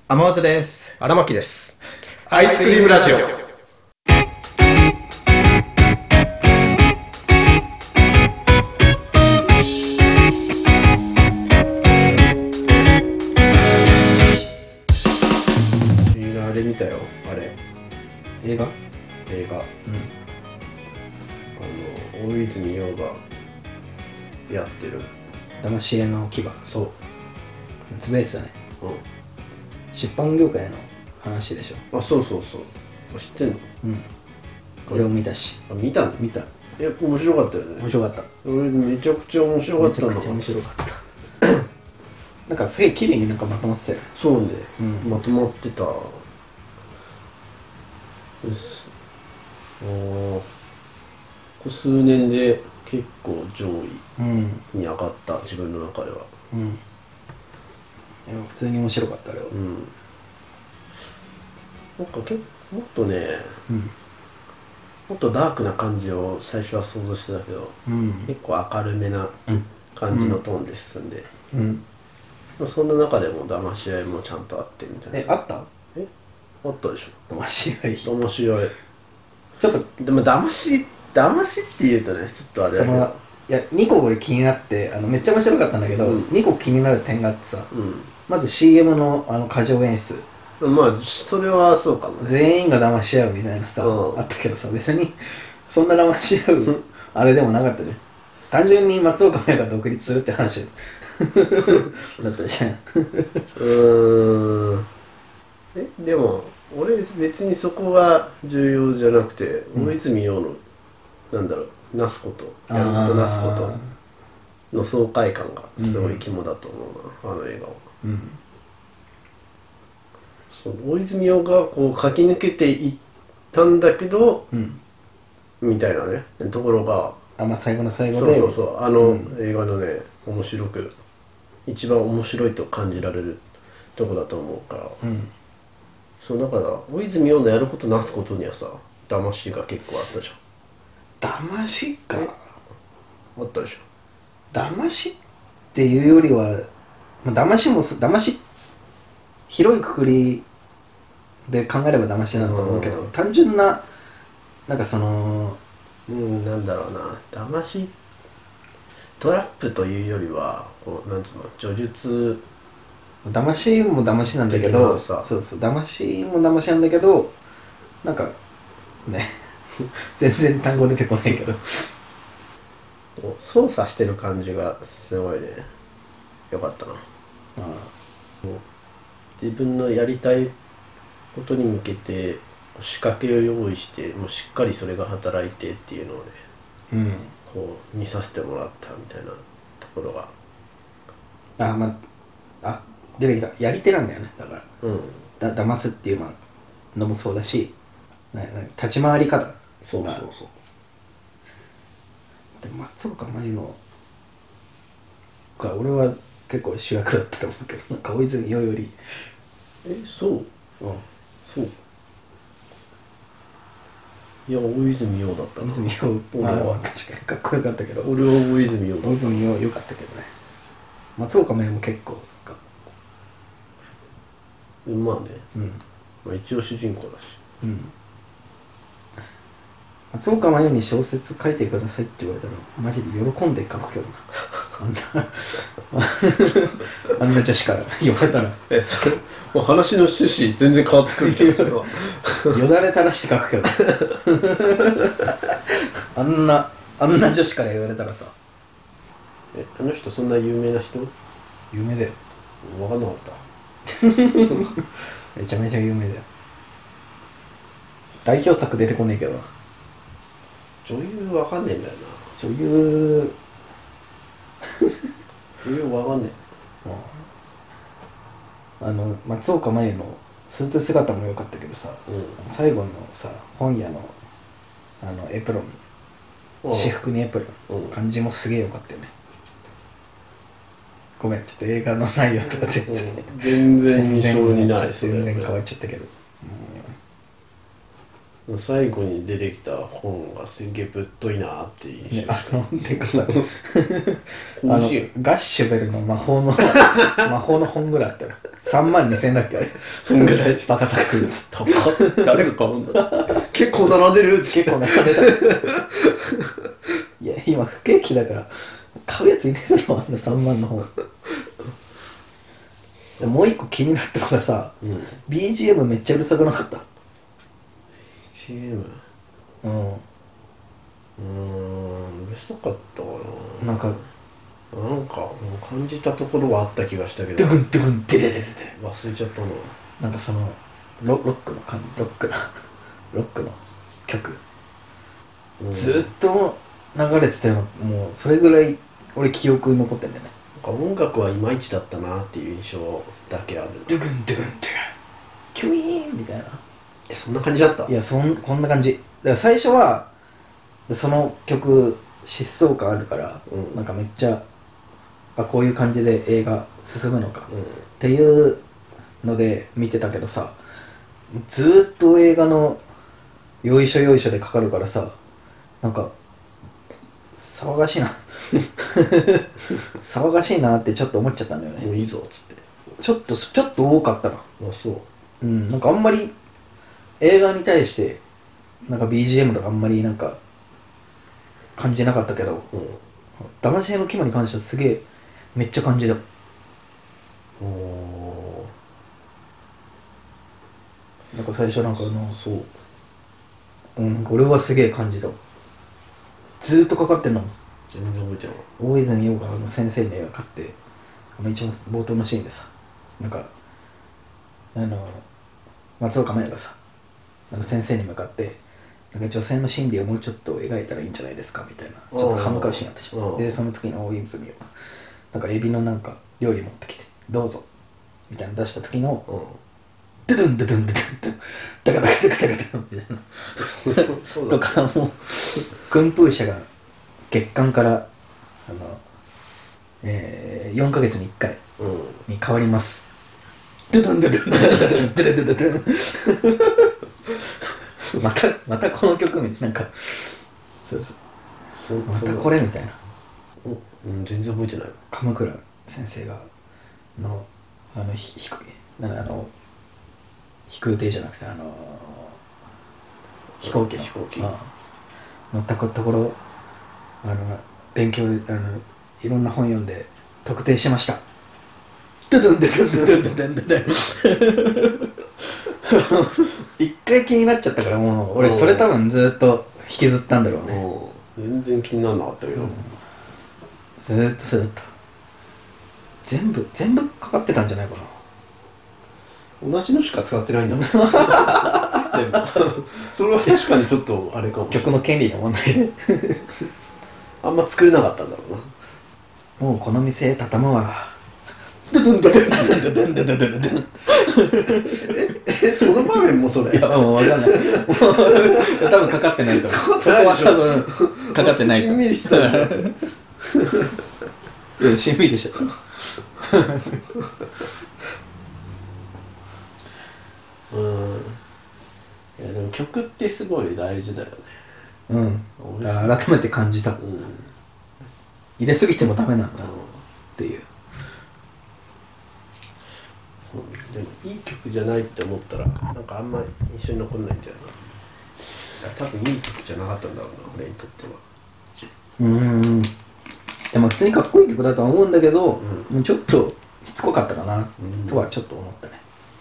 天松です。 荒牧です。 アイスクリームラジオ。 あれ見たよ。あれ映画、 大泉洋がやってる騙し絵の牙。 そう、 つぶやいてたね。出版業界の話でしょ。 そう知ってんの？ 俺も見たし。 見たの？ 見た。 面白かったよね。 面白かった。 俺めちゃくちゃ面白かったんだ。 めちゃくちゃ面白かったなんかすげえ綺麗になんかまとまってたよ。 そうね、まとまってた。よし、ここ数年で結構上位に上がった、自分の中では。 いや普通に面白かったあれは。 なんかもっとね、もっとダークな感じを最初は想像してたけど、結構明るめな感じのトーンで進んで、そんな中でも騙し合いもちゃんとあってみたいな。 あった？ あったでしょ。 騙し合い。 騙し合いちょっとでも騙しって言うとね、ちょっとあれだけど、 いや2個俺気になって、めっちゃ面白かったんだけど、2個気になる点があってさ、まず CM の過剰演出。 まあそれはそうかもね。 全員が騙し合うみたいなさ、あったけどさ、別にそんな騙し合うあれでもなかったじゃん。単純に松岡茉優が独立するって話だったじゃん。 でも俺別にそこが重要じゃなくて、大泉洋のなんだろう、なすことやるとなすことの爽快感がすごい肝だと思うな、あの映画は。そう大泉洋がこう駆け抜けていったんだけど、みたいなねところが、 最後の最後で映画のね、一番面白いと感じられるとこだと思うから、そうだから大泉洋のやることなすことにはさ、騙しが結構あったじゃん。 騙しかあったでしょ。 騙しっていうよりは、騙し広い括りで考えれば騙しなんだと思うけど、単純ななんかなんだろうな、騙しトラップというよりはこうなんつうの、叙述。 騙しも騙しなんだけど、騙しも騙しなんだけど、なんかね全然単語出てこないけど操作してる感じがすごいね、よかったな。自分のやりたいことに向けて仕掛けを用意して、もうしっかりそれが働いてっていうのをね、こう見させてもらったみたいなところが、 出てきた。やり手なんだよね。だから騙すっていうのもそうだし、立ち回り方。 そうで松岡茉優のが俺は結構主役だったと思うけど、なんか大泉洋よりそういや、大泉洋だったな。 大泉洋は確かにかっこよかったけど、 俺は大泉洋だった。 大泉洋良かったけどね。松岡茉優も結構なんかまあね、一応主人公だし。 松岡茉優に小説書いてくださいって言われたらマジで喜んで書くけどなあんな女子から言われたらそれもう話の趣旨全然変わってくるけど、それはよだれ垂らして書くけどあんな女子から言われたらさ。 あの人そんな有名な人？ 有名だよ。 分かんなかっためちゃめちゃ有名だよ。代表作出てこねえけどな。 女優わかんねえんだよな。 女優わかんね松岡茉優のスーツ姿も良かったけどさ、最後のさ本屋のエプロン、私服にエプロン、感じもすげえ良かったよね。ごめん、ちょっと映画の内容とか全然印象にない。 全然変わっちゃったけど、 最後に出てきた本がすげえぶっといなって印象、 てかさ甲子園ガッシュベルの魔法の本ぐらいあったら32,000円だっけあれ。 そんぐらいバカ高く高っ誰が買うんだっつって結構並んでるっつって結構並んでたいや今不景気だから買うやついねえだろ、あんな3万の本。でもう一個気になったのがさ、BGM めっちゃうるさくなかった？ CM うん、 うるさかったかな。 なんか感じたところはあった気がしたけどドゥクンドゥクンデデデデデ忘れちゃったな。 なんかそのロックの感じ、ロックの曲、ずっと流れてたよ。もうそれぐらい俺記憶に残ってんだよね。 なんか音楽はいまいちだったなっていう印象だけある。 ドゥクンドゥクンドゥクンキュイーンみたいな。 そんな感じだった？ いやこんな感じだから最初はその曲疾走感あるから、なんかめっちゃこういう感じで映画進むのか、っていうので見てたけどさ、ずっと映画のよいしょよいしょでかかるからさ、なんか騒がしいな騒がしいなってちょっと思っちゃったんだよね。 もういいぞっつってちょっと多かったな。 そう。 なんかあんまり映画に対してなんか BGM とかあんまりなんか感じなかったけど、騙し絵の肝に関してはすげえめっちゃ感じた。なんか最初なんかそう俺はすげえ感じた。ずーっとかかってんの。 全然覚えてない。 大泉洋が先生に絵が買って一番冒頭のシーンでさ、なんか松岡茉優がさ先生に向かってなんか女性の心理をもうちょっと描いたらいいんじゃないですかみたいなちょっと歯向かうシーンあったし、でその時の大泉洋がなんかエビのなんか料理持ってきてどうぞみたいな出した時のドゥドゥンドゥドゥンドゥドゥンドゥンダカダカダカダカダカみたいなとか、もう訓風車が月間から4ヶ月に1回に変わります。ドゥドゥンドゥドゥンドゥドゥドゥドゥンドゥドゥドゥドゥまたこの曲みたいな、なんかそうまたこれみたいな。 全然覚えてない。 鎌倉先生が飛空艇じゃなくて飛行機の乗ったところ勉強いろんな本読んで特定しました。ドゥドゥンドゥドゥンドゥドゥンドゥドゥンドゥン一回気になっちゃったから、もう俺それ多分ずっと引きずったんだろうね。 全然気にならなかったけど、 ずっとそれだった。全部かかってたんじゃないかな。 同じのしか使ってないんだもん全部それは確かにちょっとあれかも。 曲の権利の問題であんま作れなかったんだろうな。もうこの店畳むわ。ドゥドゥンドゥドゥンドゥドゥンドゥドゥンドゥドゥンその場面もそれ。 いやもう分かんない多分かかってないと思う。そこは多分かかってないと思う。 しんみりしたらしんみりしちゃったいやでも曲ってすごい大事だよね。 改めて感じた。入れすぎてもダメなんだっていう。 でもいい曲じゃないって思ったらなんかあんまり印象に残んないんだよな。多分いい曲じゃなかったんだろうな、俺にとっては。 でも普通にかっこいい曲だとは思うんだけど、ちょっとしつこかったかなとはちょっと思ったね。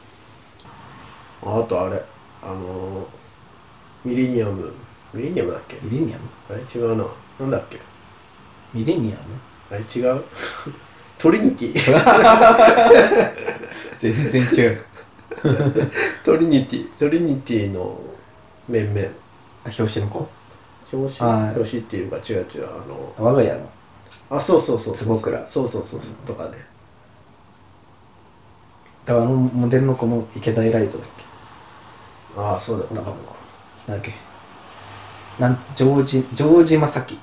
あとあれミレニアムだっけ？ ミレニアム？ あれ違うな。なんだっけ？ ミレニアム？ あれ違う？トリニティ全然違うトリニティの面々。 表紙の子？ 表紙っていうか違う我が家のそう坪倉そうとかね。 だからモデルの子も池田エライザだっけ？ そうだった。 なんだっけ？ジョージ正樹。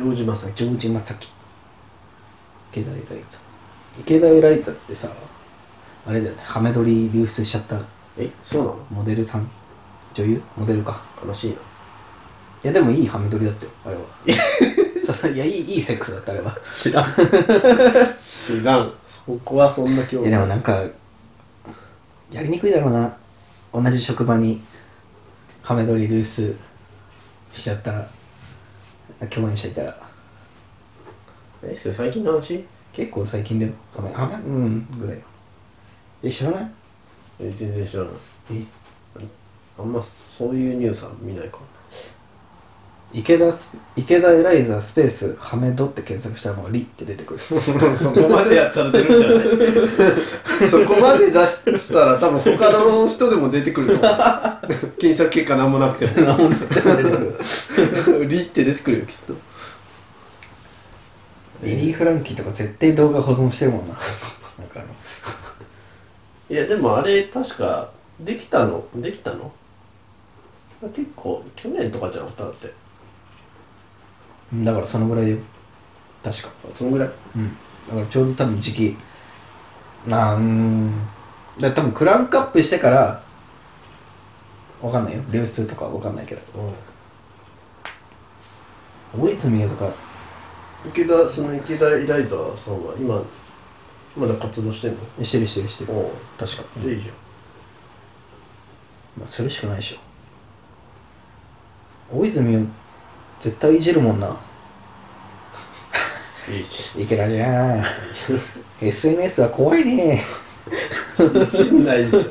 池田エライザってさ、あれだよね、ハメ撮り流出しちゃった。 そうなの？ モデルさん女優モデルか。 悲しいな。 いやでもいいハメ撮りだったよあれは。いやいいセックスだったあれは。 知らん知らん。そこはそんな興味。 いやでもなんかやりにくいだろうな、同じ職場にハメ撮りルースしちゃった共演者いたら。 それ最近の話？ 結構最近だよ。ぐらいよ。知らない？ 全然知らない。あんまそういうニュースは見ないか。 池田エライザスペースハメドって検索したらもうリって出てくる。 そこまでやったら出るんじゃないそこまで出したら多分他の人でも出てくると思う検索結果何もなくても何もなくても出てくるリって出てくるよきっと。 エリー・フランキーとか絶対動画保存してるもんな。なんかいやでもあれ確かできたの結構去年とかじゃなかっただって。 だからそのぐらいよ確か。 そのぐらい。 だからちょうど多分時期だから多分クランクアップしてからわかんないよ、流出とかわかんないけど、大泉洋とか池田エライザーさんは今まだ活動してんの？ してる確か。 いいじゃん。 まあそれしかないでしょ。大泉洋絶対いじるもんな。 いいじ池田じゃんSNS は怖いね。 いじんないじゃん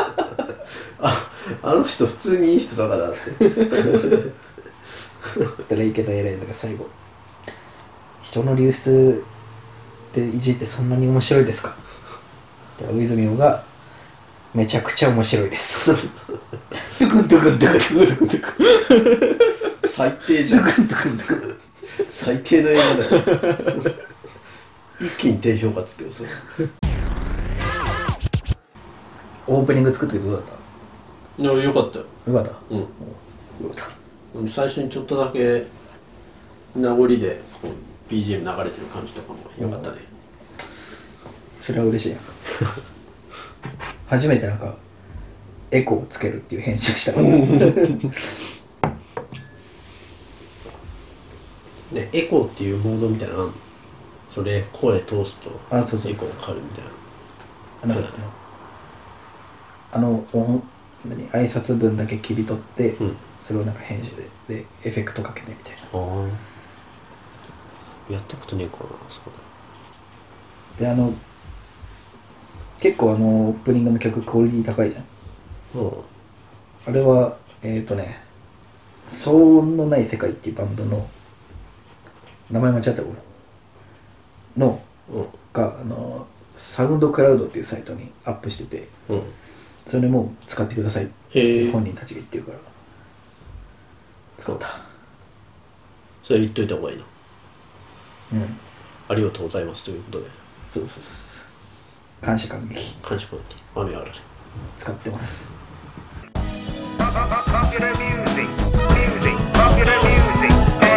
あの人普通にいい人だからってだから池田エライザが最後、人の流出っていじってそんなに面白いですか？大泉洋がめちゃくちゃ面白いです。ドゥクンドゥクンドゥクンドゥクンドゥクン最低じゃん。最低の映画だよ一気に低評価つくよそれ。 オープニング作ってどうだった？ いやよかったよ。 よかった。 よかった。 最初にちょっとだけ名残でこう BGM 流れてる感じとかもよかったね。 それは嬉しいな。初めてなんかエコーをつけるっていう編集したからね、エコーっていうモードみたいなのあんの？それ声通すとエコあ、 ーかかるみたいな。 なんか挨拶文だけ切り取って、それをなんか編集でエフェクトかけてみたいな。 やったことねえかな。 そうで結構オープニングの曲クオリティ高いじゃん。あれは騒音のない世界っていうバンドの名前間違ったごめんの、がサウンドクラウドっていうサイトにアップしてて、それも使ってくださいって本人たちが言ってるから使った。 それ言っといた方がいいな。ありがとうございますということで。 そう感謝感激雨あられ使ってます。